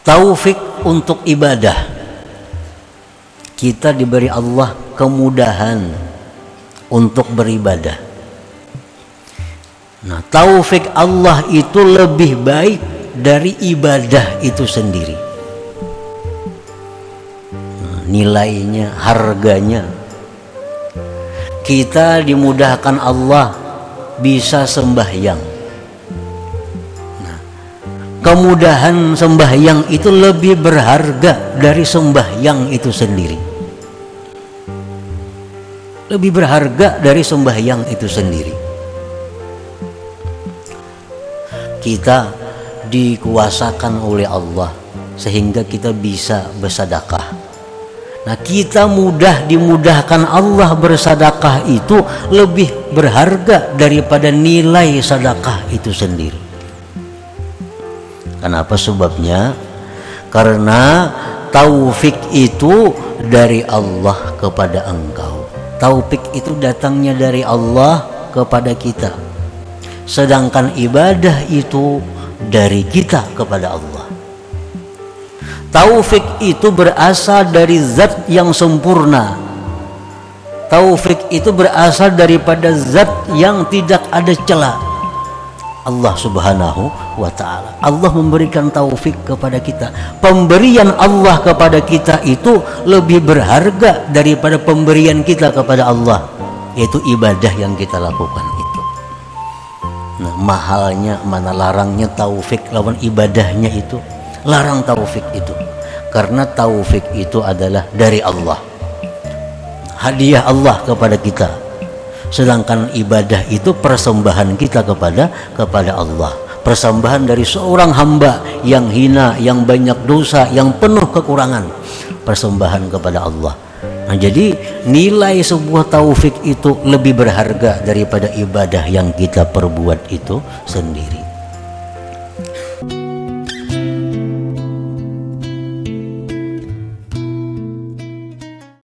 taufik untuk ibadah. Kita diberi Allah kemudahan untuk beribadah. Nah, taufik Allah itu lebih baik dari ibadah itu sendiri. Nah, nilainya, harganya. Kita dimudahkan Allah bisa sembahyang. Nah, kemudahan sembahyang itu lebih berharga dari sembahyang itu sendiri. Lebih berharga dari sembahyang itu sendiri. Kita dikuasakan oleh Allah sehingga kita bisa bersedekah. Nah, kita dimudahkan Allah bersedekah itu lebih berharga daripada nilai sedekah itu sendiri. Kenapa sebabnya? Karena taufik itu dari Allah kepada engkau. Taufik itu datangnya dari Allah kepada kita. Sedangkan ibadah itu dari kita kepada Allah. Taufik itu berasal dari zat yang sempurna. Taufik itu berasal daripada zat yang tidak ada celah. Allah Subhanahu wa ta'ala. Allah memberikan taufik kepada kita. Pemberian Allah kepada kita itu lebih berharga daripada pemberian kita kepada Allah, yaitu ibadah yang kita lakukan itu. Nah, mahalnya, mana larangnya taufik lawan ibadahnya itu. Larang taufik itu, karena taufik itu adalah dari Allah, hadiah Allah kepada kita. Sedangkan ibadah itu persembahan kita kepada Allah, persembahan dari seorang hamba yang hina, yang banyak dosa, yang penuh kekurangan, persembahan kepada Allah. Nah, jadi nilai sebuah taufik itu lebih berharga daripada ibadah yang kita perbuat itu sendiri.